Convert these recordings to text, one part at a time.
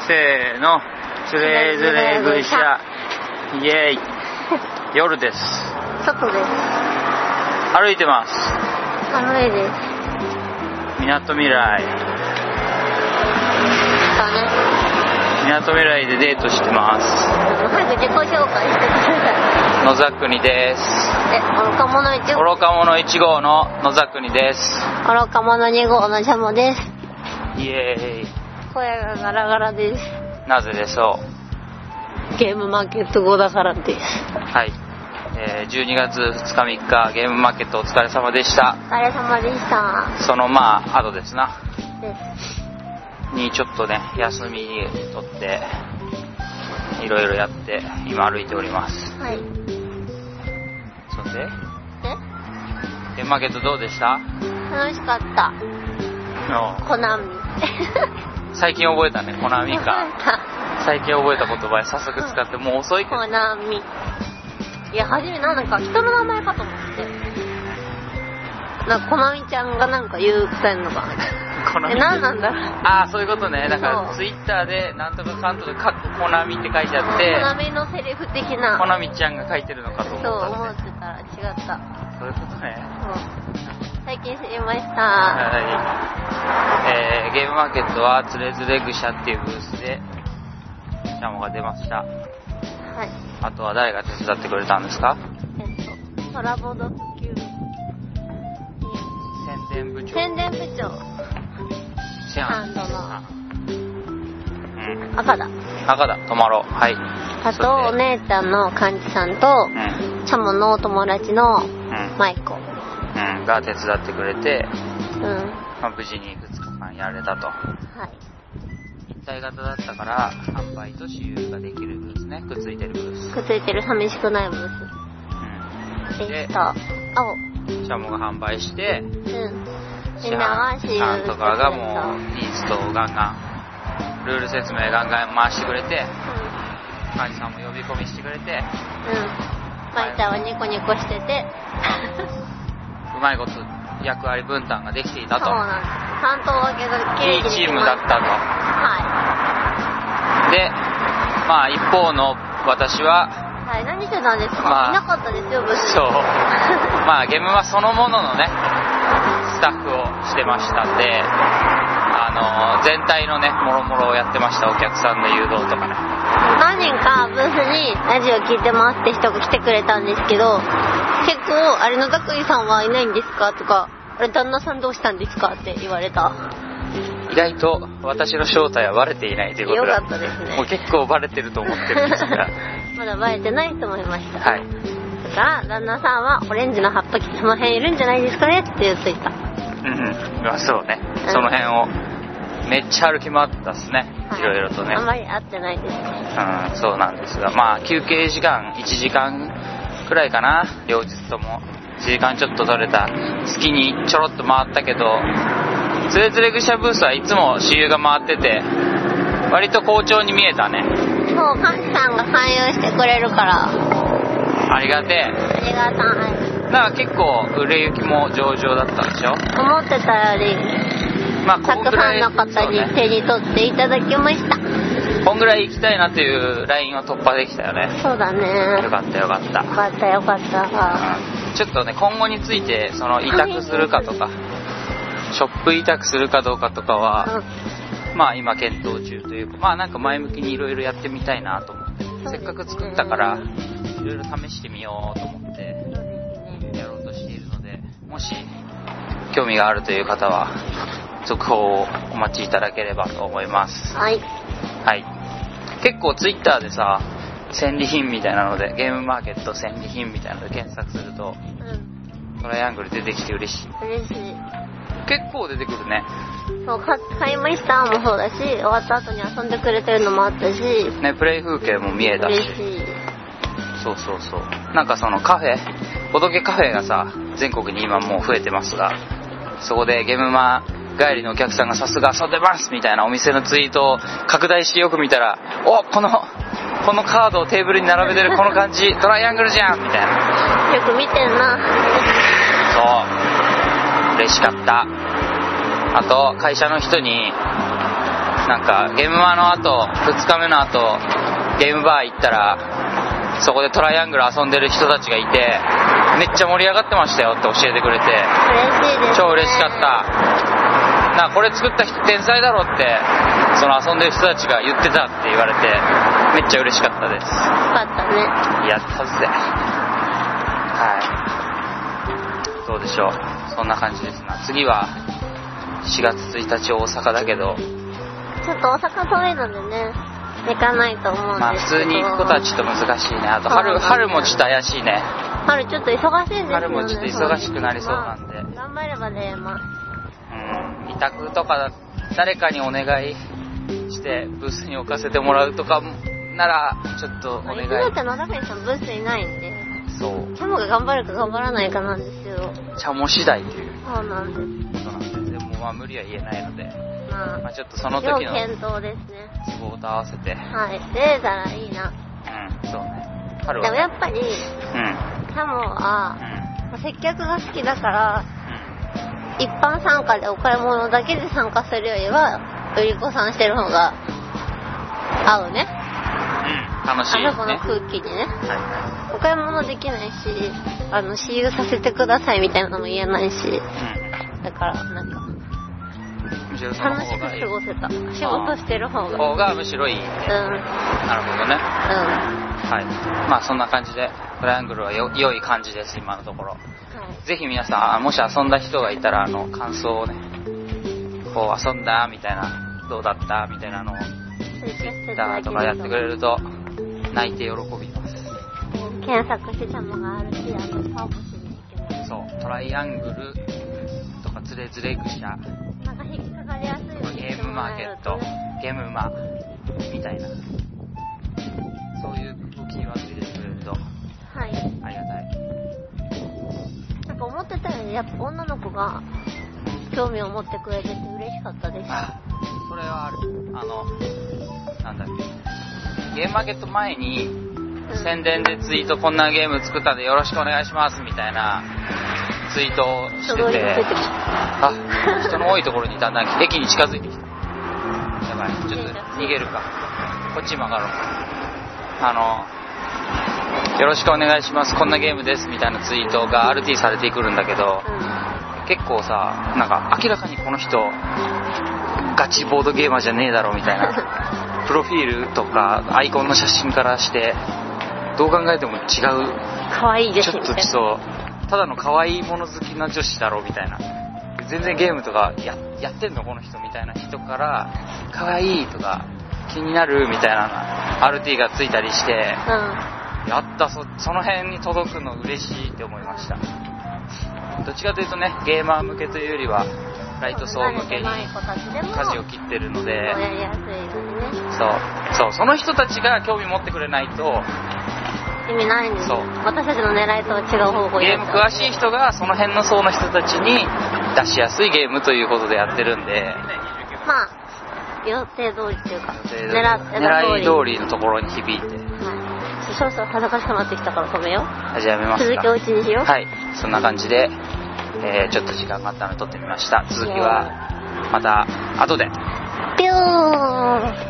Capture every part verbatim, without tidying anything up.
せーの、つれづれぐしゃ、イエーイ。夜です。 外です。 歩いてます。 寒いです。 みなとみらい。 だね。 みなとみらいでデートしてます。 早く自己紹介してください。 野桜です。 え、愚か者いち号。 愚か者いち号の野桜です。 愚か者に号のジャムです。 イエーイ。 声がガラガラです。 なぜでしょう。ゲームマーケット後だからです。 はい。えー、じゅうにがつふつかみっかゲームマーケットお疲れ様でした。 お疲れ様でした。 そのまあ後ですな。 ですにちょっとね休みとっていろいろやって今歩いております。 はい。 そんで？ え？ ゲームマーケットどうでした？ 楽しかった。コナミ。 最近覚えたね、コナミか。最近覚えた言葉で早速使ってもう遅いけど。 コナミ。いや、初めなんか人の名前かと思って。なんかコナミちゃんがなんか言うくさいのかな。 コナミ。 え、なんなんだろう。 ああ、そういうことね。だからツイッターでなんとかかんとかかっこコナミって書いてあって。 コナミのセリフ的な。 コナミちゃんが書いてるのかと思った、ね。 そう思ってたら違った。 そういうことね。 そう。最近知りました。 はい。えー、ゲームマーケットはつれづれぐしゃっていうブースでシャモが出ました。 はい。 あとは誰が手伝ってくれたんですか？ えっとトラボド普及宣伝部長。 宣伝部長。 シャハンドの。 うん。 赤だ。 赤だ。止まろう。はい。 あとお姉ちゃんの幹事さんと、うん、チャモのお友達のマイコ。 うん、が手伝ってくれて、 うんまあ、無事にいくつかさんやれたと。 はい。 一体型だったから販売と私有ができるブースね。くっついてるブース。 くっついてる寂しくないブース。うん。でした。青。 シャモが販売して、 うん。みんなは私有さんとかがもうインストをガンガンルール説明ガンガン回してくれて、うん、幹事さんも呼び込みしてくれて、うん。 マイちゃんはニコニコしてて。 うまいこと役割分担ができていたと。 そうなんです。担当分けが綺麗にいいチームだったと。 はい。 で、まあ一方の私は、 はい、何してたんですか？まあ、いなかったですよ、ブース。 そう。まあゲームはそのもののね、スタッフをしてましたんで、あの全体のねもろもろをやってました。お客さんの誘導とかね。 何人かブースにラジオ聞いてますって人が来てくれたんですけど。結構あれのざくりさんはいないんですかとか、あれ旦那さんどうしたんですかって言われた。 意外と私の正体はバレていないということで、 よかったですね。 もう結構バレてると思ってるんですがまだバレてないと思いました。 はい。 だから旦那さんはオレンジの葉っぱその辺いるんじゃないですかねって言っていた。 うんうん。まあそうね、うん、その辺をめっちゃ歩き回ったっすね、はい、いろいろとね。 あんまり会ってないですね。 うん、そうなんですが、まあ休憩時間いちじかんくらいかな、両日ともいちじかんちょっと取れた月にちょろっと回ったけど、つれづれぐしゃブースはいつも私有が回ってて割と好調に見えたね。 そう、幹事さんが勧誘してくれるからありがてえ。 ありがたい。 だから結構売れ行きも上々だったんでしょ？ 思ってたより、まあ、たくさんの方に手に取っていただきました。 こんぐらい行きたいなっていうラインを突破できたよね。 そうだね。 よかったよかった。 よかったよかった。 うん、ちょっとね今後についてその委託するかとか、ショップ委託するかどうかとかは、うん、まあ今検討中というか、まあなんか前向きにいろいろやってみたいなと思って、ね、せっかく作ったからいろいろ試してみようと思ってやろうとしているので、もし興味があるという方は続報をお待ちいただければと思います。 はい。 はい。結構ツイッターでさ、戦利品みたいなので、ゲームマーケット戦利品みたいなので検索すると、うん、トライアングル出てきて嬉しい。 嬉しい。 結構出てくるね。 そう、買いましたもそうだし、終わった後に遊んでくれてるのもあったし、 ね、プレイ風景も見えたし。 嬉しい。 そうそうそう。なんかそのカフェ、ボドゲカフェがさ、全国に今もう増えてますが、そこでゲームマー帰りのお客さんがさすが遊んでますみたいなお店のツイートを拡大してよく見たら、お、このこのカードをテーブルに並べてるこの感じトライアングルじゃんみたいな。 よく見てんな。 そう、嬉しかった。あと会社の人になんかゲームマの後ふつかめの後ゲームバー行ったらそこでトライアングル遊んでる人たちがいてめっちゃ盛り上がってましたよって教えてくれて嬉しいです、ね、 超嬉しかった。なんかこれ作った人天才だろってその遊んでる人たちが言ってたって言われてめっちゃ嬉しかったです。よかったね。 やったぜ。はい、どうでしょう。そんな感じですな。次はしがつついたち大阪だけどちょっと大阪遠いのでね行かないと思うんですけど、 まあ普通に行くことはちょっと難しいね。あと春春もちょっと怪しいね。 春ちょっと忙しいですよね。 春もちょっと忙しくなりそうなんで、 まあ、頑張れば出れます。 うん、委託とか誰かにお願いしてブースに置かせてもらうとかならちょっとお願い。いつだって野中さんブースいないんで、 そうチャモが頑張るか頑張らないかなんですよ。 チャモ次第というそうなんです。 ことなんで、でもまあ無理は言えないので、 まあ、 まあ、ちょっとその時の要検討ですね。 都合と合わせて、 はい、出れたらいいな。 うん、そうね。春は、ね、 でもやっぱり、うん、チャモは、うん、接客が好きだから、うん、一般参加でお買い物だけで参加するよりは売り子さんしてる方が合うね。 うん、楽しいですね。 あそこの空気にね、 はい、 お買い物できないし、あの私有させてくださいみたいなのも言えないし、うん、だからなんか楽しく過ごせた。仕事してる方が方がむしろいい、ね、うん、なるほどね。うん、はい。まあそんな感じでトライアングルはよ良い感じです今のところ、はい、ぜひ皆さんもし遊んだ人がいたらあの感想をね、こう遊んだみたいな、どうだったみたいなのをツイッターとかやってくれると泣いて喜びます。 検索してたのがあるし、あのパワーしに行けます。 そうトライアングルとかつれづれぐしゃなんか引っかかりやすいよね。 ゲームマーケット、ゲームマみたいな、そういうキーワード入れてくれると、はい、ありがたい。 なんか思ってたよりやっぱ女の子が興味を持ってくれてて嬉しかったです。 あ、それはある。あのなんだっけ、ゲームマーケット前に、うん、宣伝でツイートこんなゲーム作ったんでよろしくお願いしますみたいなツイートをしてて、あ、人の多いところにだんだん駅に近づいてきた。やばい、ちょっと逃げるか。こっち曲がろう。あのよろしくお願いしますこんなゲームですみたいなツイートが アールティー されてくるんだけど、うん、結構さ、なんか明らかにこの人ガチボードゲーマーじゃねえだろみたいなプロフィールとかアイコンの写真からしてどう考えても違う、 可愛い女子ちょっとそうただの可愛いもの好きな女子だろみたいな、全然ゲームとか や, やってんのこの人みたいな人から可愛いとか気になるみたいな アールティー がついたりして、うん、やった そ, その辺に届くの嬉しいって思いました。どっちかというとね、ゲーマー向けというよりはライト層向けに舵を切ってるので、そうそう、その人たちが興味持ってくれないと意味ないんです。そう、私たちの狙いとは違う方向にゲーム詳しい人がその辺の層の人たちに出しやすいゲームということでやってるんで、 まあ予定通りっていうか狙って狙い通りのところに響いて、 はい、そろそろ恥ずかしくなってきたから止めよう。 始めますか。 続きおうちにしよう。 はい、そんな感じで、えー、ちょっと時間があったので撮ってみました。続きはまた後で。 ピューン。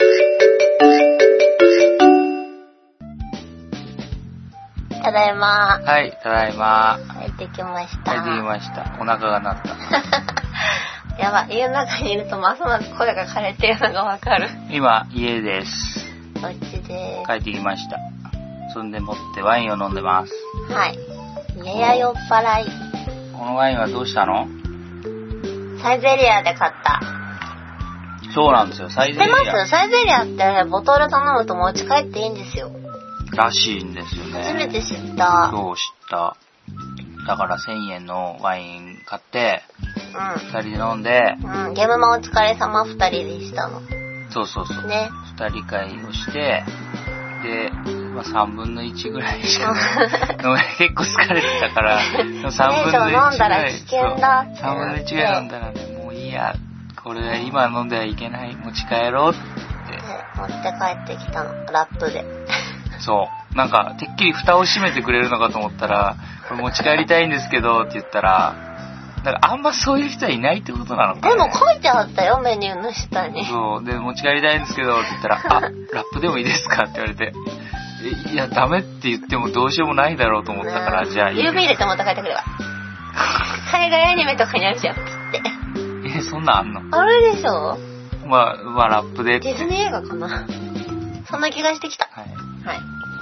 ただいま。 はい、ただいま。 帰ってきました。 帰ってきました。お腹が鳴った。 やばい、家の中にいるとますます声が枯れてるのがわかる。 今、家です。 こっちでーす。帰ってきました。そんでもってワインを飲んでます。 はい。やや酔っ払い。 このワインはどうしたの？ サイゼリアで買った。 そうなんですよ、サイゼリア。 知ってます？サイゼリアってボトル頼むと持ち帰っていいんですよ。 らしいんですよね。 初めて知った。 そう知った。だからせんえんのワイン買って、うん、ふたりで飲んで、 うん、ゲームマお疲れ様ふたりでしたの。 そうそうそう。 ね。 ふたり会をして、で、まあ、さんぶんのいちぐらいしか結構疲れてたからさんぶんのいちぐらい飲んだら危険だってさんぶんのいちぐらい飲んだらね、もういいや、これ今飲んではいけない、持ち帰ろうって、ね、 持って帰ってきたの、ラップで。 そうなんかてっきり蓋を閉めてくれるのかと思ったら、これ持ち帰りたいんですけどって言ったら、 だからあんまそういう人はいないってことなのか、ね、 でも書いてあったよ、メニューの下に。 そう。で、持ち帰りたいんですけど、って言ったら、あ、ラップでもいいですかって言われて、いや、ダメって言ってもどうしようもないだろうと思ったから、じゃあいい。 指入れてまた書いてくれば。海外アニメとかにあるじゃん、つって。 え、そんなんあんの？ あれでしょ？ まあ、まあ、ラップで。 ディズニー映画かな。そんな気がしてきた。 はい。 はい。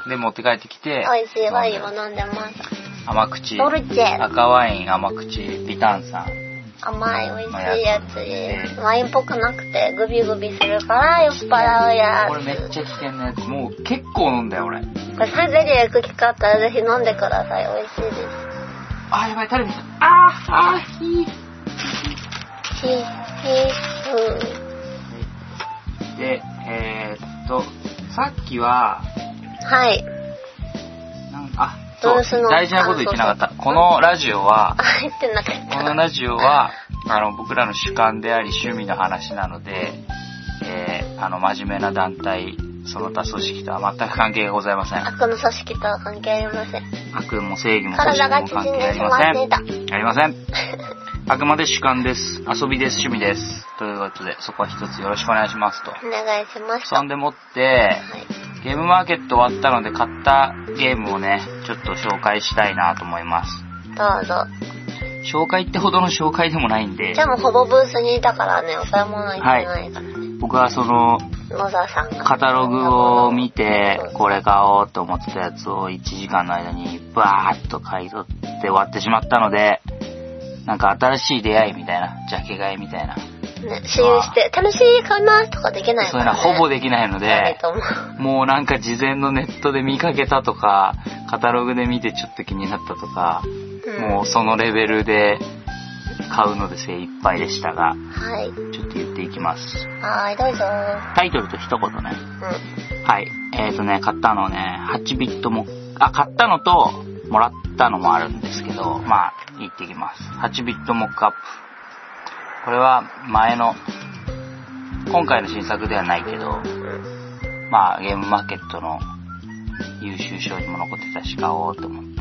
で、持って帰ってきて。 美味しいワインを飲んでます。 甘口。 ドルチェ。 赤ワイン、甘口、ビタン酸。 甘い美味しいやつです。ワインっぽくなくてグビグビするから酔っ払うやつ。 これめっちゃ危険なやつ。もう結構飲んだよ俺。これサンゼリー行く機会あったらぜひ飲んでください。美味しいです。 あ、やばい、タレビさん。あー、あー、ひー。 ひー、ひー。で、えー、っと、さっきは、 はい。 なんあ、そう、大事なこと言ってなかった。このラジオは、 言ってなかった。 このラジオは、あの、僕らの主観であり趣味の話なので、えー、あの、真面目な団体、その他組織とは全く関係がございません。 悪の組織とは関係ありません。 悪も正義も組織も関係ありません。ありません。あくまで主観です。遊びです。趣味です。ということで、そこは一つよろしくお願いしますと。 お願いします。 そんでもって、はい、ゲームマーケット終わったので買ったゲームをね、ちょっと紹介したいなと思います。 どうぞ。 紹介ってほどの紹介でもないんで。 じゃあもうほぼブースにいたからね、お買い物行ってないからね。はい、 僕はその、 野沢さんがカタログを見て、これ買おうと思ってたやつをいちじかんの間にバーッと買い取って終わってしまったので、なんか新しい出会いみたいな、ジャケ買いみたいな。 ね、私有して楽しいかなとかできないからね。 そういうのはほぼできないので、もうなんか事前のネットで見かけたとか、カタログで見てちょっと気になったとか、うん、もうそのレベルで買うので精一杯でしたが、 はい、 ちょっと言っていきます。 はい、どうぞ。 タイトルと一言ね。うん、はい。えーとね、買ったのね、はちビットも、あ、買ったのと、もらったのもあるんですけど、まあ、言ってきます。はちビットモックアップ。これは前の、今回の新作ではないけど、まあ、ゲームマーケットの優秀賞にも残ってたし買おうと思って。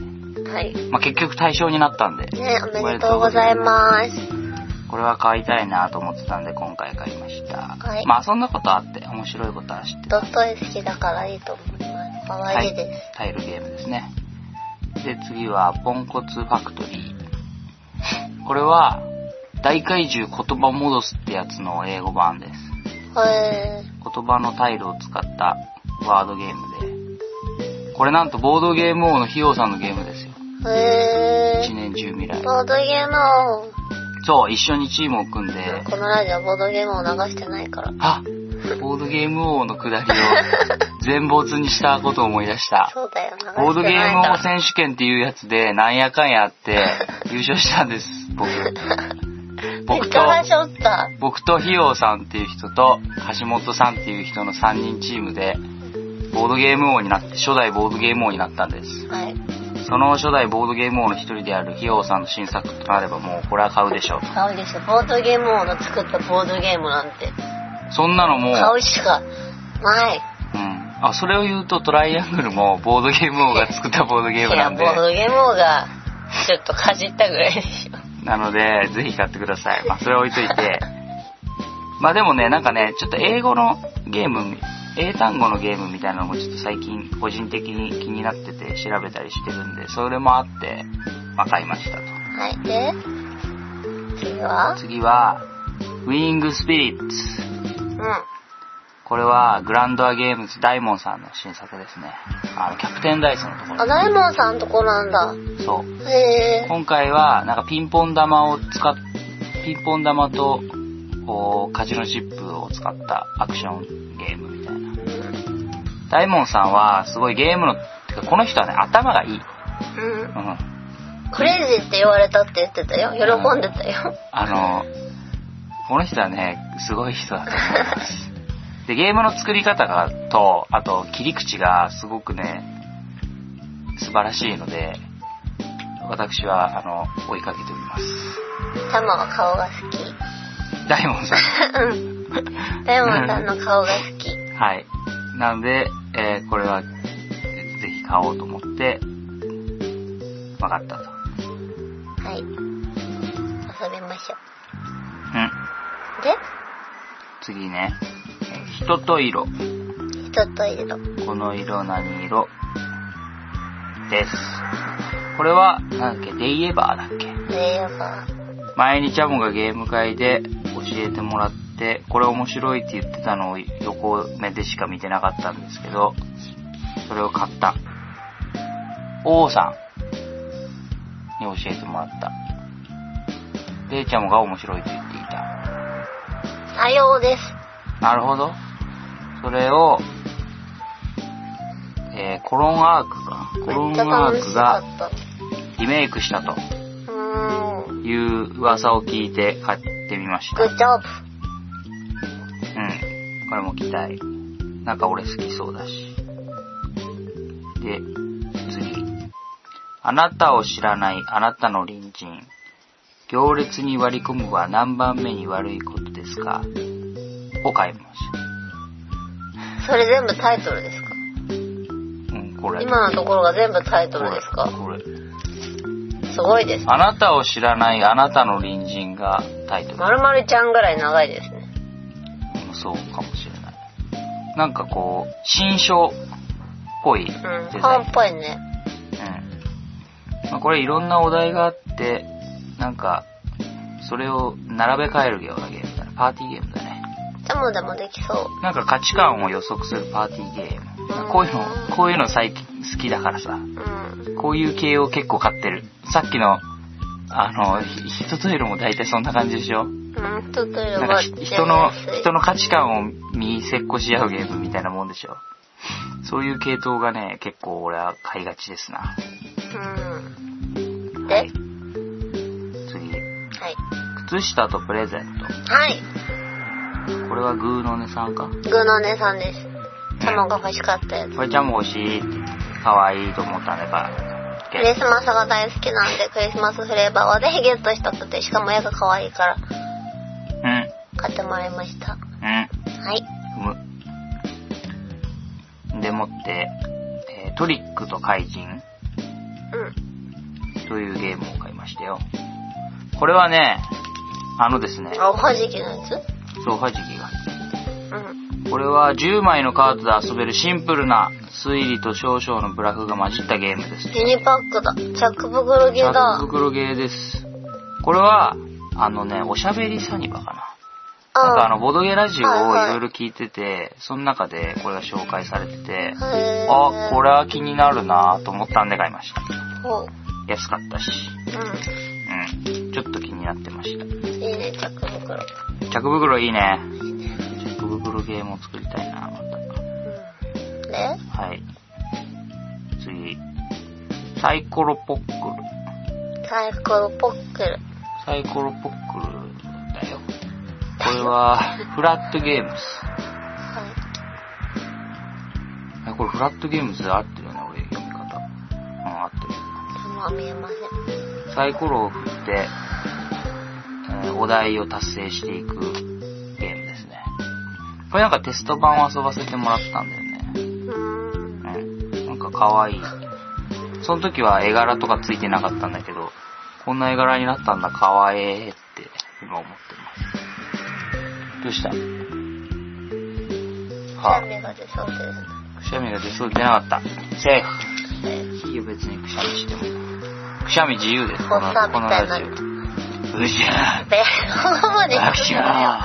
はい。 まあ結局対象になったんで。 ね、おめでとうございます。 これは買いたいなと思ってたんで今回買いました。はい。まあそんなことあって面白いことは知ってた。 ドット絵好きだからいいと思います。かわいいです。はい、 タイルゲームですね。で、次はポンコツファクトリー。これは大怪獣言葉戻すってやつの英語版です。 へー。言葉のタイルを使ったワードゲームで、これなんとボードゲーム王のひようさんのゲームですよ。 へー。 一年中未来。 ボードゲーム王。 そう、一緒にチームを組んで。 このラジオボードゲーム王流してないから。 あ、ボードゲーム王のくだりを全没にしたことを思い出した。 そうだよ、流してないから。 ボードゲーム王選手権っていうやつでなんやかんやって優勝したんです、僕。僕と、僕とひようさんっていう人と橋本さんっていう人のさんにんチームでボードゲーム王になって、初代ボードゲーム王になったんです。 はい。 その初代ボードゲーム王の一人であるひようさんの新作となればもうこれは買うでしょう。 買うでしょ。ボードゲーム王の作ったボードゲームなんて。 そんなのもう。 買うしかない。 うん。あ、それを言うとトライアングルもボードゲーム王が作ったボードゲームなんで。 いや、ボードゲーム王がちょっとかじったぐらいでしょ。 なので、ぜひ買ってください。まあ、それ置いといて。まあでもね、なんかね、ちょっと英語のゲーム、英単語のゲームみたいなのもちょっと最近個人的に気になってて調べたりしてるんで、それもあって、まあ買いましたと。 はい。で、次は次は、ウィングスピリッツ。 うん。 これはグランドアゲームズダイモンさんの新作ですね。あのキャプテンダイスのところ。 あ、ダイモンさんのとこなんだ。 そう。 へー。 今回はなんかピンポン玉を使っピンポン玉とこうカジノチップを使ったアクションゲームみたいな。うん、ダイモンさんはすごいゲームのてかこの人はね頭がいい。 うん。うん。クレイジーって言われたって言ってたよ。喜んでたよ。 あのこの人はねすごい人だと思います。で、ゲームの作り方がと、あと切り口がすごくね、素晴らしいので、私は、あの、追いかけております。 タマは顔が好き。 ダイモンさん。 うん。ダイモンさんの顔が好き。 はい。なので、えー、これは、ぜひ買おうと思って、分かったと。 はい。 遊びましょう。うん。 で次ね。人と色。 人と色。 この色何色です。これは、なんだっけ、デイエバーだっけ。 デイエバー。 前にチャモがゲーム会で教えてもらって、これ面白いって言ってたのを横目でしか見てなかったんですけど、それを買った。王さんに教えてもらった。で、チャモが面白いと言っていた。 さようです。 なるほど。それを、えー、コロンアークか。コロンアークがリメイクしたという噂を聞いて買ってみました。 グッジョブ。 うん。これも期待。なんか俺好きそうだし。で、次。あなたを知らないあなたの隣人。行列に割り込むは何番目に悪いことですかを買いました。 それ全部タイトルですか？ うん、これ。 今のところが全部タイトルですか？ これ。これすごいですね。 あなたを知らないあなたの隣人がタイトル。 まるまるちゃんぐらい長いですね。 うん、そうかもしれない。なんかこう、新書っぽいデザイン。 うん、本っぽいね。 うん。まあ、これいろんなお題があって、なんか、それを並べ替えるようなゲームだね。パーティーゲームだね。 でもでもできそう。 なんか価値観を予測するパーティーゲーム。こういうの、こういうの最近好きだからさ。うん、こういう系を結構買ってる。さっきの、あの、人と色も大体そんな感じでしょ？うん、 人と色もなんか人の、人の価値観を見せっこし合うゲームみたいなもんでしょ？そういう系統がね、結構俺は買いがちですな。 うん。で、はい、 次。 はい。 靴下とプレゼント。 はい。 これはグーの音さんか？ グーの音さんです。チャモが欲しかったやつ。 これチャモ欲しいって可愛いと思ったんだから。 クリスマスが大好きなんでクリスマスフレーバーはぜひゲットしたくて、しかも絵が可愛いから。 うん。 買ってもらいました。うん。 はい。 うむ。でもって、えー、トリックと怪人。 うん。 というゲームを買いましたよ。これはね、あのですね。 あ、おはじきのやつ？ そう、おはじきが入ってる。 うん。 これはじゅうまいのカードで遊べるシンプルな推理と少々のブラフが混じったゲームです。 ミニパックだ。チャック袋ゲーだ。 チャック袋ゲーです。これは、あのね、おしゃべりサニバかな。なんかあの、ボドゲラジオをいろいろ聞いてて、はいはい、その中でこれが紹介されてて、あ、これは気になるなと思ったんで買いました。 ほう。 安かったし。 うん。 うん。ちょっと気になってました。いいね、チャック袋。 チャック袋いいね。 いいね。 チャック袋ゲームを作りたいな、また。うん。 で？ はい。次。サイコロポックル。 サイコロポックル。 サイコロポックルだよ。これは、フラットゲームズ。 はい。 これフラットゲームズで合ってるよね、俺、読み方。うん、合ってる。 まあ見えません。 サイコロを振って、えー、お題を達成していくゲームですね。これなんかテスト版を遊ばせてもらったんだよね。 うーん。 うん。なんか可愛い。その時は絵柄とかついてなかったんだけど、こんな絵柄になったんだ、可愛いって今思ってます。どうした？ くしゃみが出そうです。 くしゃみが出そうで出なかった。セーフ。いいよ、別にくしゃみしても。くしゃみ自由です。 この、このラジオ。 うじゃー。 べ、ここまでうじゃ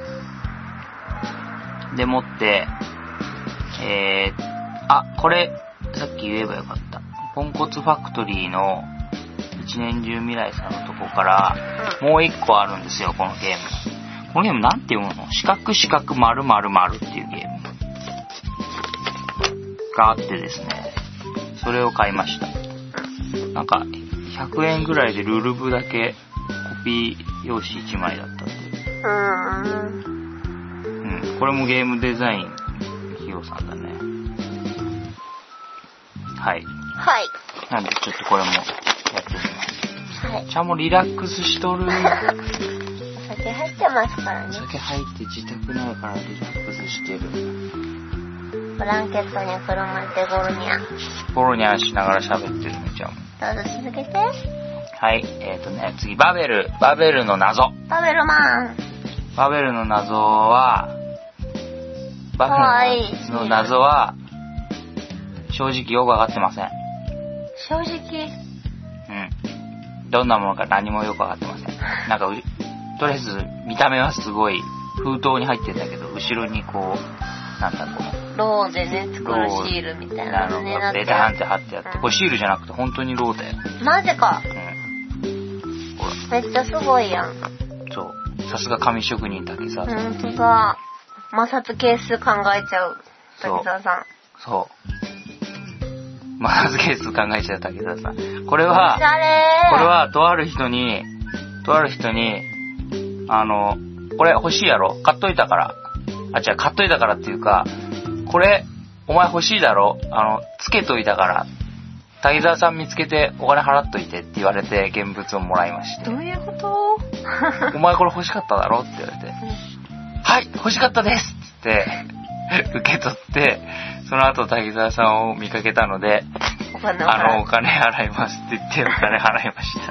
ー。でもって、えー、あ、これ、さっき言えばよかった。ポンコツファクトリーの一年中未来さんのとこから、うん、もう一個あるんですよ、このゲーム。このゲームなんて読むの？四角四角丸丸丸っていうゲームがあってですね、それを買いました。なんかひゃくえんぐらいでルルブだけコピー用紙いちまいだったっていう。うん。これもゲームデザインひよさんだね。はい。 はい。 なんでちょっとこれもやってみます。 はい。 ちゃんもリラックスしとる。 酒入ってますからね。 酒入って自宅ないからリラックスしてる。 ブランケットにくるまってゴロニャン。 ゴロニャンしながら喋ってるのちゃんも。 どうぞ続けて。 はい、えーとね、次、バベル。バベルの謎。 バベルマン。 バベルの謎は、バベルの謎は、正直よくわかってません。 正直うん。どんなものか何もよくわかってません。なんか、とりあえず、見た目はすごい、封筒に入ってんだけど、後ろにこう、なんだこの、 ローでね、作るシールみたいなのね、 なのがベターンって貼ってあって、うん、これシールじゃなくて本当にローだよ。 マジか。 うん。ほら。めっちゃすごいやん。 そう。さすが紙職人竹澤さん。 ほんとだ。摩擦係数考えちゃう竹澤さん。 そう。摩擦係数考えちゃう竹澤さん。これは、 おしゃれー。 これはとある人に、とある人に、あの、これ欲しいやろ？買っといたから。あ、違う、買っといたからっていうか、これ、お前欲しいだろ？あの、つけといたから。滝沢さん見つけてお金払っといてって言われて現物をもらいまして。 どういうことお前これ欲しかっただろって言われて。はい、欲しかったですって受け取って、その後滝沢さんを見かけたので、 お金あの、お金払いますって言ってお金払いました。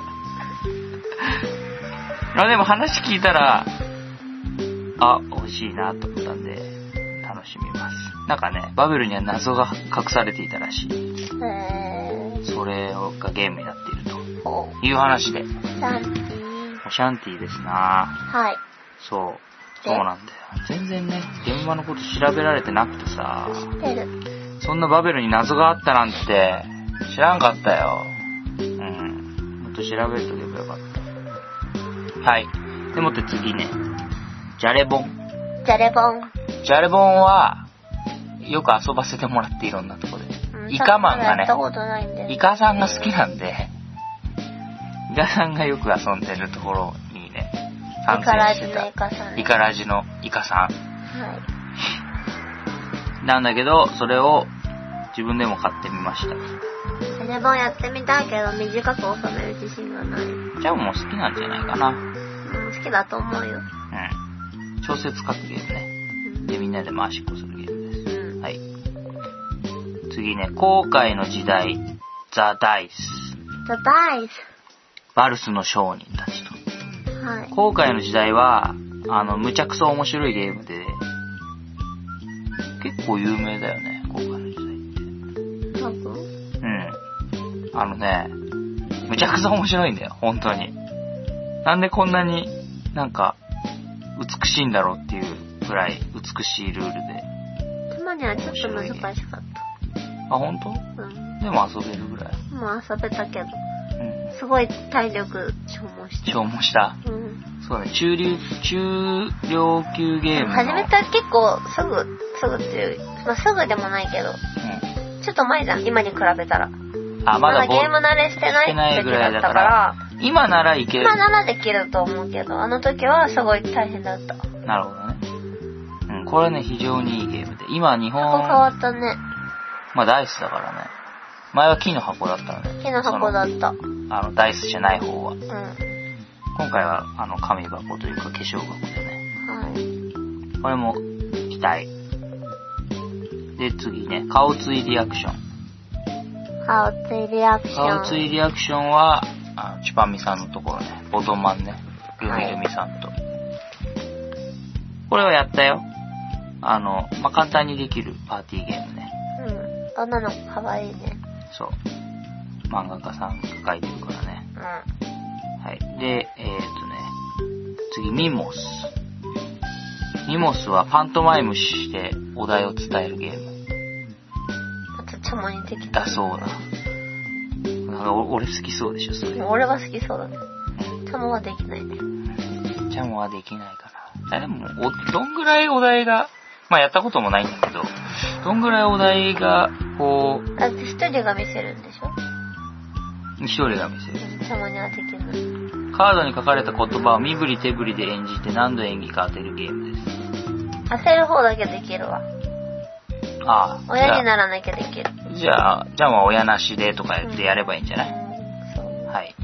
まあでも話聞いたら、あ、欲しいなと思ったんで、楽しみます。なんかね、バベルには謎が隠されていたらしい。 へー。 それがゲームになっているという話で。 シャンティー。 オシャンティーですな。 はい。 そう。そうなんだよ。全然ね、現場のこと調べられてなくてさ。 知ってる。 そんなバベルに謎があったなんて知らんかったよ。うん。もっと調べるとけばよかった。はい。でもって次ね。ジャレボン。 ジャレボン。 ジャレボンは、よく遊ばせてもらっていろんなところで。うん、イカマンがね、イカさんが好きなんで、イカさんがよく遊んでるところにね、参戦してた。 イカラジのイカさん、ね。 イカラジのイカさん。 はい。 なんだけど、それを自分でも買ってみました。 ジャレボンやってみたいけど、短く収める自信がない。 じゃあもう好きなんじゃないかな。うん、 好きだと思うよ。 うん。小説書くゲームね。で、みんなで回しっこするゲームです。うん、はい。次ね、後悔の時代、ザ・ダイス。 ザ・ダイス。 バルスの商人たちと。 はい。 後悔の時代は、あの、むちゃくそ面白いゲームで、結構有名だよね、後悔の時代って。 多分？ うん。あのね、むちゃくそ面白いんだよ、本当に。なんでこんなになんか、美しいんだろうっていうくらい美しいルールで。 たまにはちょっと難しかった。 あ、本当？ うん。 でも遊べるぐらい。 もう遊べたけど。 うん。 すごい体力消耗した。 消耗した。 うん。 そうね、中流、中量級ゲームの。 始めたら結構すぐ、すぐっていう、まあ、すぐでもないけど、うん、ちょっと前じゃん、今に比べたら。 あ、まだ、 まだゲーム慣れしてない時だったから、 今ならいける。 今ならできると思うけど、あの時はすごい大変だった。 なるほどね。うん、これね、非常にいいゲームで。今日本。 箱変わったね。 まあダイスだからね。前は木の箱だったのね。 木の箱だった。 あの、ダイスじゃない方は。 うん。 今回は、あの、紙箱というか化粧箱でね。 はい。 これも、期待。で、次ね、顔ついリアクション。 顔ついリアクション。 顔ついリアクションは、あのチュパミさんのところね、ボトマンね、グミグミさんと。はい、これはやったよ。あの、まあ、簡単にできるパーティーゲームね。 うん。女の子かわいいね。 そう。漫画家さんが描いてるからね。 うん。 はい。で、えー、っとね、次、ミモス。ミモスはパントマイムしてお題を伝えるゲーム。 あと、ちょもにできた。 だそうだ。なんか俺好きそうでしょ、それ。 俺は好きそうだね。うん。チャモはできないね。 チャモはできないから。あ、でも、お、どんぐらいお題が、まあやったこともないんだけど、どんぐらいお題が、こう。 だって一人が見せるんでしょ？ 一人が見せる。 チャモにはできない。 カードに書かれた言葉を身振り手振りで演じて何度演技か当てるゲームです。 当てる方だけできるわ。 ああ。 親にならなきゃできる。 じゃあ、じゃあまあ親なしでとか言ってやればいいんじゃない？ うん、そう。 はい。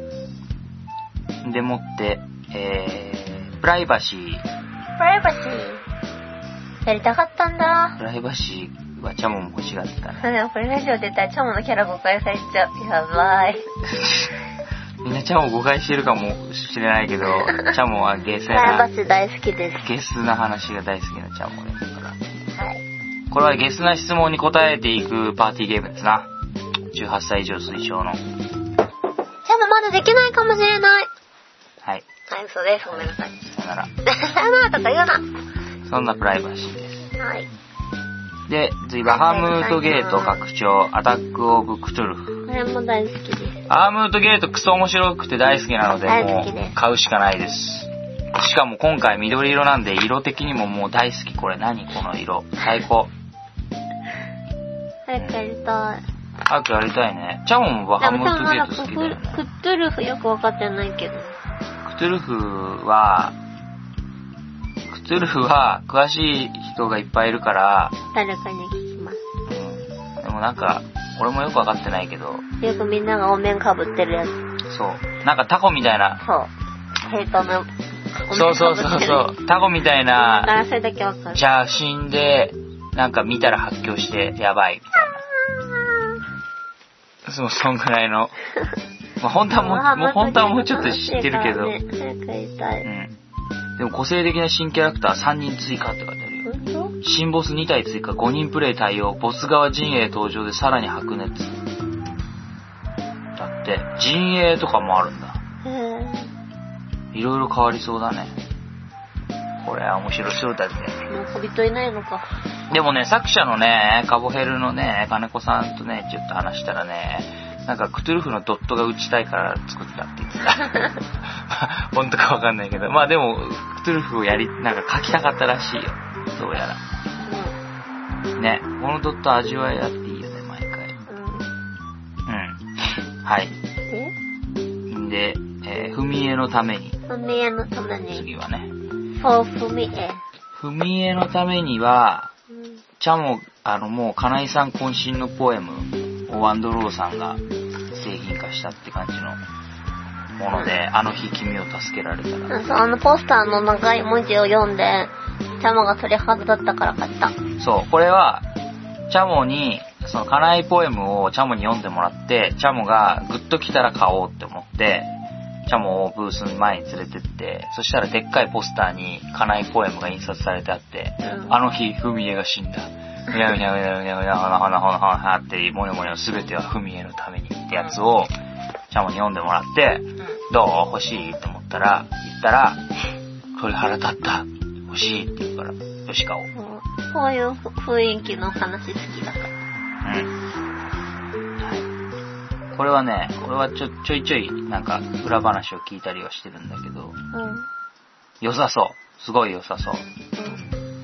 でもって、えー、プライバシー。 プライバシー。やりたかったんだ。 プライバシーはチャモも欲しがってたね。 でもこれラジオ出たらチャモのキャラ誤解されちゃう。やばい。 みんなチャモ誤解してるかもしれないけど、チャモはゲスな、 プライバシー大好きです。 ゲスな話が大好きなチャモですから。 はい。 これはゲスな質問に答えていくパーティーゲームですな。じゅうはっさい以上推奨の。 チャモまだできないかもしれない。 はい。 はい、嘘です。ごめんなさい。 さよなら。 さよならとか言うな。 そんなプライバシーです。 はい。 で、次、バハムートゲート拡張、アタックオブクトゥルフ。 これも大好きです。 アームートゲートクソ面白くて大好きなので、もう買うしかないです。しかも今回緑色なんで、色的にももう大好き。これ何この色。最高。 早くやりたい。 早くやりたいね。チャモもバハムートゲート好きだよね。 クットゥルフよくわかってないけど。 クトゥルフは、クトゥルフは詳しい人がいっぱいいるから、 誰かに聞きます。 うん。でもなんか、俺もよくわかってないけど。 よくみんながお面かぶってるやつ。 そう。なんかタコみたいな。 そう。ヘイトの。 そうそうそうそう。タコみたいな。 だからそれだけわかる。 写真で、なんか見たら発狂してやばいみたいな。そう、そんぐらいの。まあ本当はもう、もう本当はもうちょっと知ってるけど。 ね、早くやりたい。 うん。でも個性的な新キャラクターさんにん追加って書いてあるよ。 本当？ 新ボスに体追加、ごにんプレイ対応、ボス側陣営登場でさらに白熱。だって、陣営とかもあるんだ。 へぇ。いろいろ変わりそうだね。これは面白そうだぜ。 もう小人いないのか。 でもね、作者のね、カボヘルのね、金子さんとね、ちょっと話したらね、なんかクトゥルフのドットが打ちたいから作ったって言ってた。本当かわかんないけど。まあでも、クトゥルフをやり、なんか書きたかったらしいよ。どうやら。うん。ね、このドット味わいあっていいよね、毎回。うん。うん。はい。で、えー、ふみえのために。 ふみえのために。 次はね。 そう、ふみえ。 ふみえのためには、 うん、 チャモ、あのもう、金井さん渾身のポエムをワンドローさんが製品化したって感じのもので、うん、あの日君を助けられたら。 そう、あのポスターの長い文字を読んで、チャモが鳥肌だったから買った。 そう、これは、チャモに、その、金井ポエムをチャモに読んでもらって、チャモがグッと来たら買おうって思って、チャモをブースの前に連れてって、そしたらでっかいポスターに金井ポエムが印刷されてあって、うん、あの日、フミエが死んだ。うにゃうにゃうにゃうにゃうにゃほなほなほなほなって、もよもよすべてはフミエのためにってやつを、チャモに読んでもらって、うん、どう欲しいって思ったら、言ったら、鳥肌立った。欲しいって言うから、よし買おう。 こういう雰囲気の話好きだから。 うん。これはね、これはちょ、ちょいちょい、なんか、裏話を聞いたりはしてるんだけど、うん、良さそう。すごい良さそう。うん。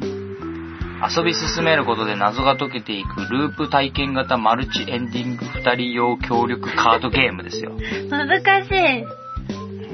うん、遊び進めることで謎が解けていく、ループ体験型マルチエンディングふたり用協力カードゲームですよ。 難しい。 うん。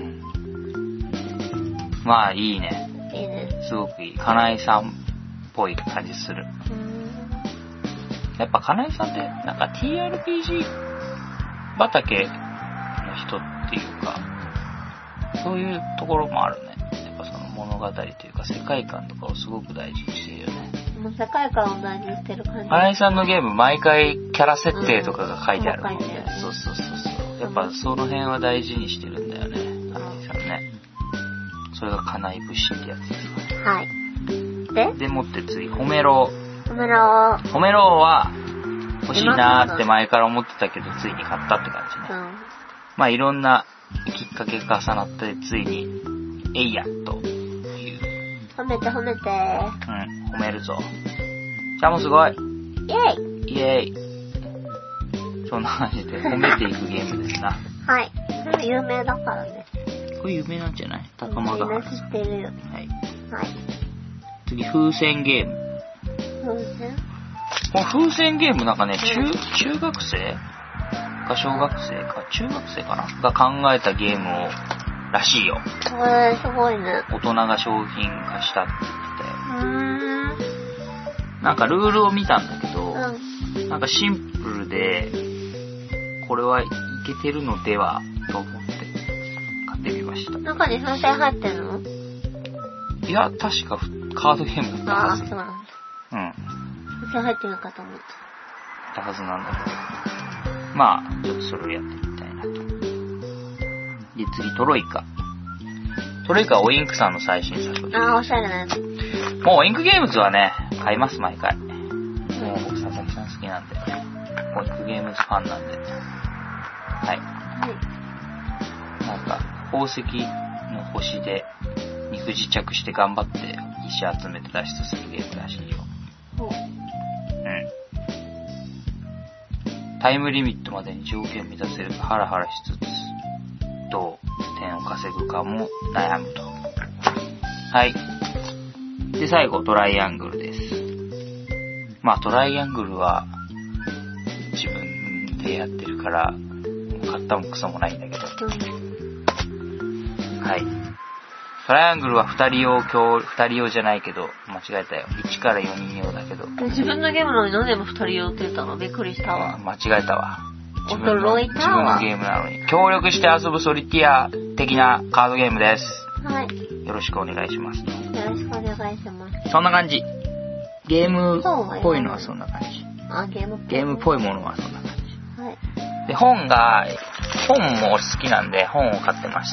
まあ、いいね。 いいね。 すごくいい。金井さんっぽい感じする。うん、やっぱ金井さんって、なんか ティーアールピージー、畑の人っていうか、そういうところもあるね。やっぱその物語というか世界観とかをすごく大事にしているよね。 もう世界観を大事にしてる感じ。 新井さんのゲーム毎回キャラ設定とかが書いてあるもんね。うん、そうそうそうそう。やっぱその辺は大事にしてるんだよね。新井さんね。それが金井節ってやつですかね。 はい。ででもって次、ホメロー。ホメロー。ホメローは、欲しいなーって前から思ってたけど、ついに買ったって感じね。うん、まあいろんなきっかけが重なって、ついに、えいや、という。 褒めて褒めて。 うん、褒めるぞ。じゃあもうすごい。イェイイェイそんな感じで褒めていくゲームですな。 はい。これ有名だからね。 これ有名なんじゃない？高間が。 みんな知ってるよ。 はい。 はい。 次、風船ゲーム。 風船この風船ゲームなんかね、中、中学生か小学生か、中学生かなが考えたゲームを、らしいよ。 へー、すごいね。 大人が商品化したって言ってて。 うーん。 なんかルールを見たんだけど、 うん、 なんかシンプルで、これはいけてるのでは、と思って買ってみました。 中に風船入ってるの？ いや、確かカードゲームだったはず。 ああ、そうなんだ。 うん。 風船入ってるのかと思った。 たはずなんだけど。まあ、ちょっとそれをやってみたいなと。 で、次、トロイカ。トロイカはオインクさんの最新作。 あー、おしゃれなやつ。 もうオインクゲームズはね、買います、毎回。もう僕、佐々木さん好きなんで。オインクゲームズファンなんで。はい。 はい。 なんか、宝石の星で、に不時着して頑張って、石集めて脱出するゲームらしいよ。 ほう。 うん。タイムリミットまでに条件満たせるかハラハラしつつ、どう点を稼ぐかも悩むと。はい。で、最後、トライアングルです。まあ、トライアングルは、自分でやってるから、買ったもクソもないんだけど。はい。トライアングルはふたり用、今日、ふたり用じゃないけど、間違えたよ。いちからよにん用だけど。 自分のゲームなのに何でもふたり用って言ったの？びっくりしたわ。 間違えたわ。自分の、 驚いた自分わ。 のゲームなのに。協力して遊ぶソリティア的なカードゲームです。 はい。 よろしくお願いします。 よろしくお願いします。 そんな感じ。ゲームっぽいのはそんな感じ。 あ、ゲームっぽい。 ゲームっぽいものはそんな感じ。 はい。 で、本が、本も好きなんで本を買ってました。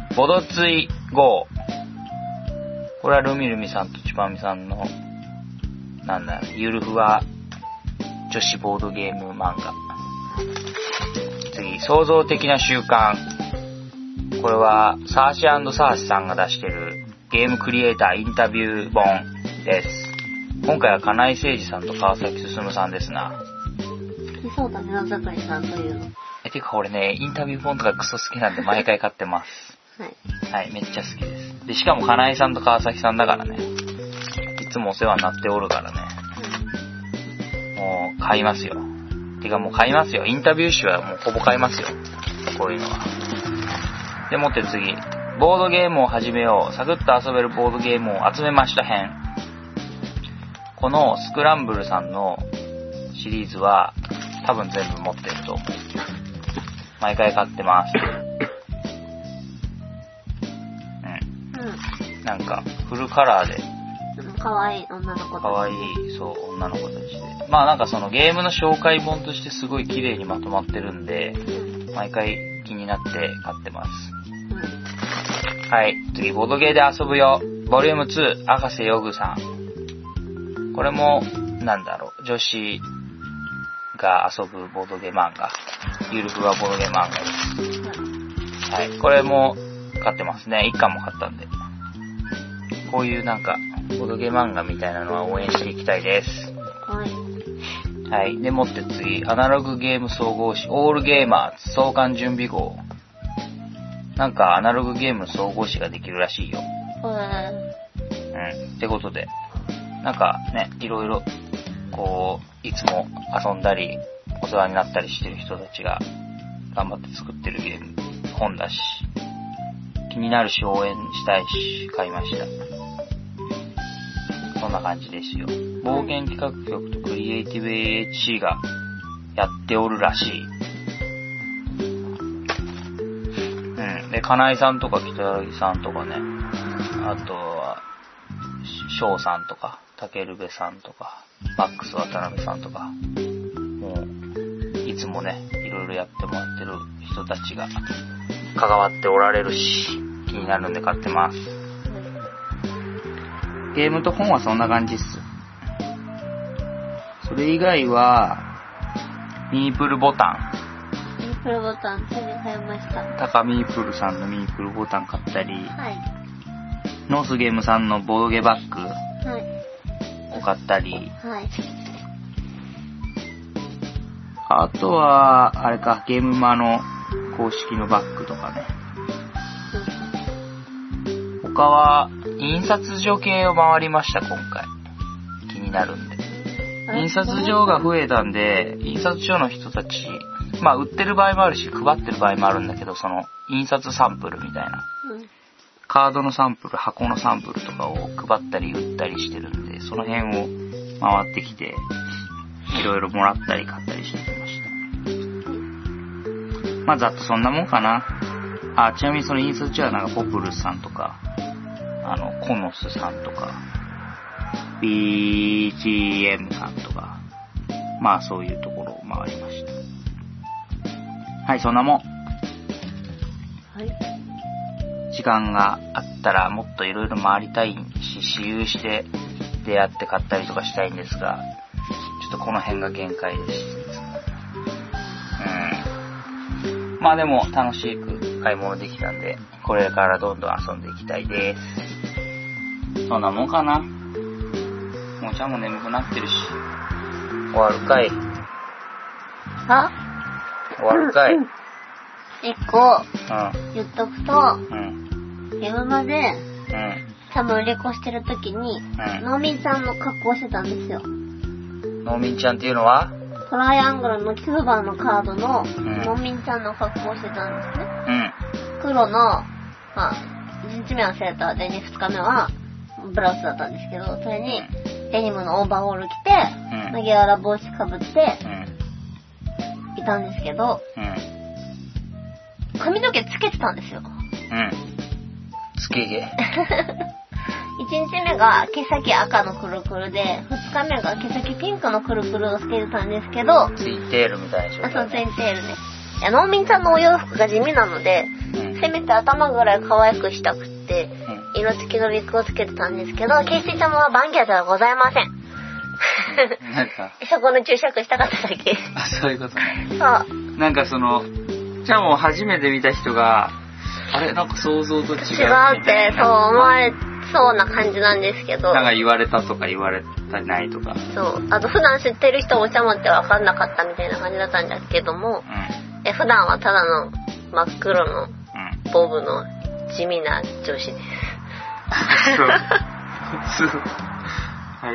ボドツイゴー。これはルミルミさんとチパミさんの、なんだろう、ゆるふわ女子ボードゲーム漫画。次、創造的な習慣。これは、サーシ&サーシさんが出してるゲームクリエイターインタビュー本です。今回は金井誠二さんと川崎進さんですな。 好きそうだね、野坂りさんというの。 え、てか俺ね、インタビュー本とかクソ好きなんで毎回買ってます。 はい。 はい、めっちゃ好きです。で、しかも金井さんと川崎さんだからね。いつもお世話になっておるからね。うん、もう、買いますよ。てかもう買いますよ。インタビュー誌はもうほぼ買いますよ。こういうのは。でもって次。ボードゲームを始めよう。サクッと遊べるボードゲームを集めました編。このスクランブルさんのシリーズは多分全部持ってると思う。毎回買ってます。なんか、フルカラーで。 かわいい女の子たち。 かわいい、そう、女の子たちで。まあなんかそのゲームの紹介本としてすごい綺麗にまとまってるんで、うん、毎回気になって買ってます。うん、はい、次、ボドゲーで遊ぶよ。ボリュームツー、赤瀬ヨグさん。これも、なんだろう、女子が遊ぶボドゲ漫画。ゆるふわボドゲ漫画です。うん、はい、これも買ってますね。一巻も買ったんで。こういうなんか、ボドゲ漫画みたいなのは応援していきたいです。 はい。 はい。でもって次、アナログゲーム総合誌、オールゲーマーズ創刊準備号。なんか、アナログゲームの総合誌ができるらしいよ。 うん。 うん。ってことで、なんかね、いろいろ、こう、いつも遊んだり、お世話になったりしてる人たちが、頑張って作ってるゲーム、本だし、気になるし応援したいし、買いました。そんな感じですよ。冒険企画局とクリエイティブ エーエイチシー がやっておるらしい。うん。で、金井さんとか北柳さんとかね、あとは、翔さんとか、竹ルベさんとか、マックス渡辺さんとか、もう、いつもね、いろいろやってもらってる人たちが関わっておられるし、気になるんで買ってます。ゲームと本はそんな感じっす。それ以外は、ミープルボタン。 ミープルボタン手に買いました。 タカミープルさんのミープルボタン買ったり、 はい、 ノースゲームさんのボードゲバッグを買ったり、 はい、 あとは、あれか、ゲームマの公式のバッグとかね。うん、他は、印刷所系を回りました、今回。気になるんで。印刷所が増えたんで、印刷所の人たち、まあ売ってる場合もあるし、配ってる場合もあるんだけど、その、印刷サンプルみたいな。うん、カードのサンプル、箱のサンプルとかを配ったり売ったりしてるんで、その辺を回ってきて、いろいろもらったり買ったりしてきました。まあざっとそんなもんかな。あ、ちなみにその印刷所はなんかポプルスさんとか、あの、コノスさんとか、ビージーエム さんとか、まあそういうところを回りました。はい、そんなもん。 時間があったらもっといろいろ回りたいし、私有して出会って買ったりとかしたいんですが、ちょっとこの辺が限界です。うん。まあでも楽しく買い物できたんで、これからどんどん遊んでいきたいです。そんなもんかな。もうちゃんも眠くなってるし。終わるかい。 あ終わるかい。 一個、 うん。 言っとくと、 うん。 ゲームまで、 うん。 多分売り子してる時に、 うん農民ちゃんの格好してたんですよ。 農民ちゃんっていうのは、 トライアングルのきゅうばんのカードのん農民ちゃんの格好してたんですね。 うん。 黒の、まあ、いちにちめはセーターで、にふつかめはブラウスだったんですけど、それにデニムのオーバーオール着て、 うん麦わら帽子かぶってうん。 いたんですけど、 うん。 髪の毛つけてたんですよ。 うん。つけ毛。 いちにちめが毛先赤のくるくるで、ふつかめが毛先ピンクのくるくるをつけてたんですけど、 ツインテールみたいでしょ。 あ、そう、ツインテールね。いや、農民さんのお洋服が地味なので、 うんせめて頭ぐらい可愛くしたくって、 うん。 色付きのウィッグをつけてたんですけど、決して様は番ギャではございません。 なんか、 そこの注釈したかっただけ。 あ、そういうことね。 そう。 なんかその、じゃあもう初めて見た人が、あれなんか想像と違うみ違たいな。 うって、そう思われそうな感じなんですけど。 なんか言われたとか言われたないとか。 そう。あと普段知ってる人お茶もって分かんなかったみたいな感じだったんですけども、 うん。 え普段はただの真っ黒のうん。 ボブの地味な女子です。 そう。普通。はい。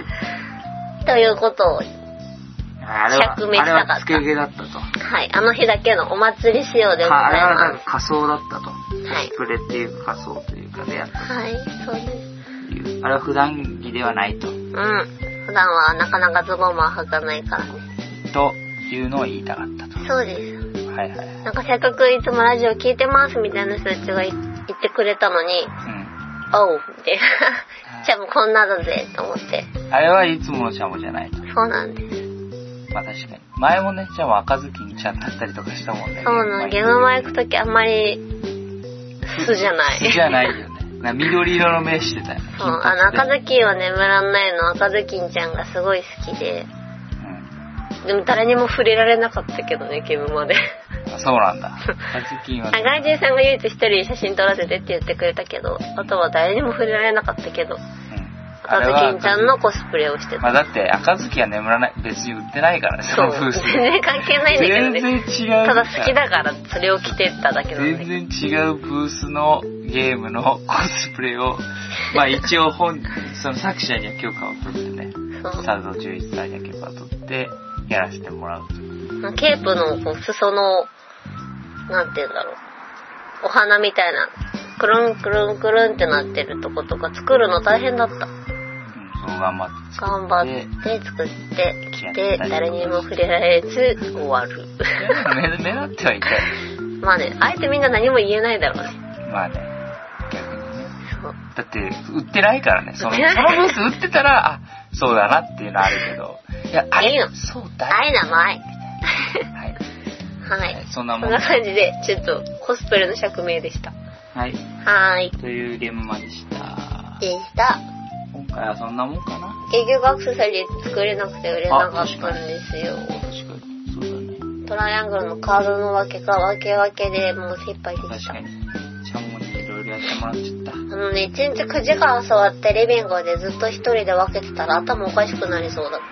ということを、 あれは、 釈明したかったあれはつけ毛だったと。 はい、あの日だけのお祭り仕様でございあれはだからます。 仮装だったと。 はいコスプレっていうか仮装というかでやったはい、そうです。 という。あれは普段着ではないと。 うん。普段はなかなかズボンも履かないからね。 というのを言いたかったと。 そうです。 はいはい。 なんかせっかくいつもラジオ聞いてますみたいな人たちが言ってくれたのに、 うん。 おうみたいな。じゃあもうこんなだぜと思って。 あれはいつものシャモじゃないと。 そうなんです。 まあ確かに。前もね、シャモ赤ずきんちゃんだったりとかしたもんね。 そうなの。ゲームマ行くときあんまり、素じゃない。 素じゃないよね。な緑色の目してたよね。 そう、あの赤ずきんは眠らんないの赤ずきんちゃんがすごい好きで。 うん。 でも誰にも触れられなかったけどね、ゲームまで。 あ、そうなんだ。赤ずきんは、ね。 外人さんが唯一一人写真撮らせてって言ってくれたけど、あとは誰にも触れられなかったけど、 うん。 赤ずきんちゃんのコスプレをしてた。 まあだって赤ずきは眠らない、別に売ってないからね、そのブース。 全然関係ないんだけどね。 全然違う。 ただ好きだからそれを着てっただけなので。 全然違うブースのゲームのコスプレを、まあ一応本、その作者には許可を取ってね、 そう佐藤十一さんには許可を取ってやらせてもらうと。 ケープのこう裾の、なんて言うんだろう、お花みたいな、くるんくるんくるんってなってるとことか作るの大変だった。 そう頑張って頑張って作ってきて誰にも触れられず終わる。 目目立ってはいたよ。 まあね、あえてみんな何も言えないだろうね。 まあね、逆にね。 そうだって売ってないからね。そのそのブース売ってたら、あ、そうだなっていうのあるけど。いや、あいいの。 そうだあいなまい。 はい。 はい。 はい、そんなもん。 そんな感じでちょっとコスプレの釈明でした。 はい。 はーい。 という現場でした。 でした。 今回はそんなもんかな。 結局アクセサリー作れなくて売れなかったんですよ。 確かに。そうだね。 トライアングルのカードの分けか分け分けでもう精一杯でした。 確かに。シャモにいろいろやってもらっちゃった。 あのね、一日くじかん座ってリビングでずっと一人で分けてたら頭おかしくなりそうだった。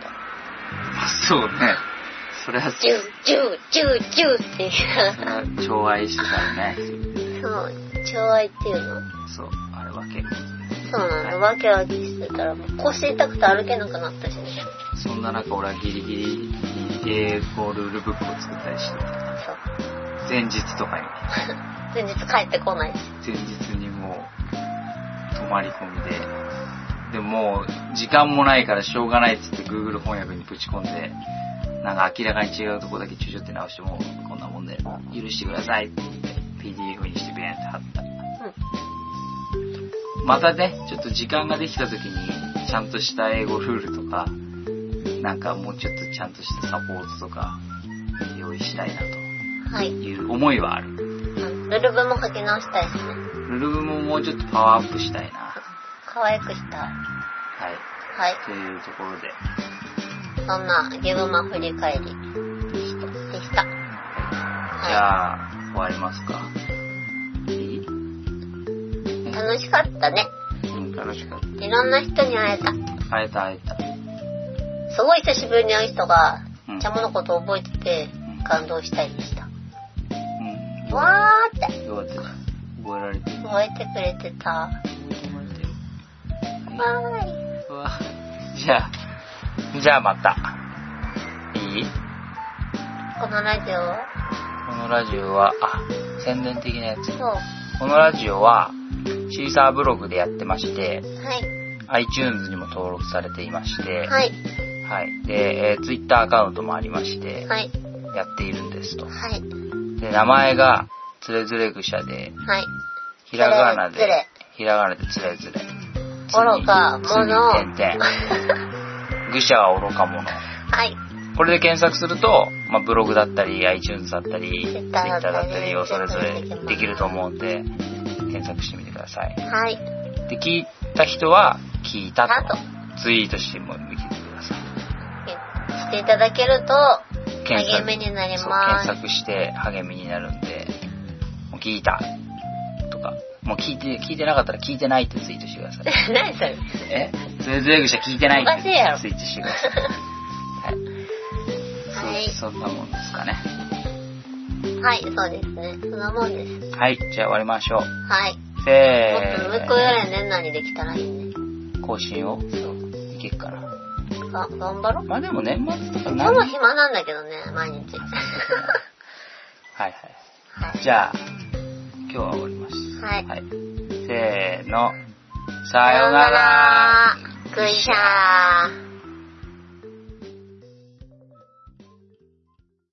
そうね。それは、 ジュー、ジュー、ジュー、ジューって言いながら。 それは寵愛してたよね。 そう、寵愛っていうの？ そう、あれは結構。 そうなの、わけわけしてたらもう腰痛くて歩けなくなったしね。 そんな中俺はギリギリ英語ルールブックを作ったりしてた。 そう。 前日とかに。 前日帰ってこないし。 前日にもう泊まり込みで。でももう時間もないからしょうがないっつって Google 翻訳にぶち込んで、なんか明らかに違うとこだけちょちょって直してもこんなもんで許してくださいって言って ピーディーエフ にしてビーンって貼った。うん、またね、ちょっと時間ができた時にちゃんとした英語ルールとか、なんかもうちょっとちゃんとしたサポートとか用意したいなという思いはある。 ルルブも書き直したいですね。 ルルブももうちょっとパワーアップしたいな。 可愛くしたい。 はい。 はい。 というところで。 そんなゲブマ振り返りでした。 はい、じゃあ、終わりますか。いい？ 楽しかったね。 うん、楽しかった。 いろんな人に会えた。 会えた会えた。 すごい久しぶりに会う人が、ジャムのことを覚えてて、感動したいでした。うん。わーって。 どうやって覚えられてる？ 覚えてくれてた。わーい。 うわ。じゃあ、じゃあまた。いい？ このラジオは？ このラジオは、あ、宣伝的なやつ。 そう。 このラジオは、シーサーブログでやってまして、 はい。 iTunes にも登録されていまして、 はい。 はい。で、えー、Twitter アカウントもありまして、 はい。 やっているんですと。 はい。 で、名前が、つれづれぐしゃで、 はい。 ひらがなで、ひらがなでつれづれ。 愚か者。 点々。ぐしゃは愚か者。 はい。 これで検索すると、まあ、ブログだったり、iTunes だったり、Twitter だったりをそれぞれできると思うんで、検索してみてください。 はい。 で、聞いた人は、聞いたと。ツイートしても見てください。 していただけると、励みになります。 検索して励みになるんで、もう聞いたとか、もう聞いて、聞いてなかったら聞いてないってツイートしてください。 何それ？ え？つれづれぐしゃ聞いてないってツイートしてください。はい。そんなもんですかね。 はい、そうですね。そんなもんです。 はい、じゃあ終わりましょう。 はい。 せーの。もっと向こうより年内にできたらいいね。 更新を？ そう。 いけっかな。 あ、頑張ろう。 まあでも年末とか今日も暇なんだけどね、毎日。 はいはい。はい、じゃあ、今日は終わります。 はい。 はい、せーの。さようなら。 くいしゃー。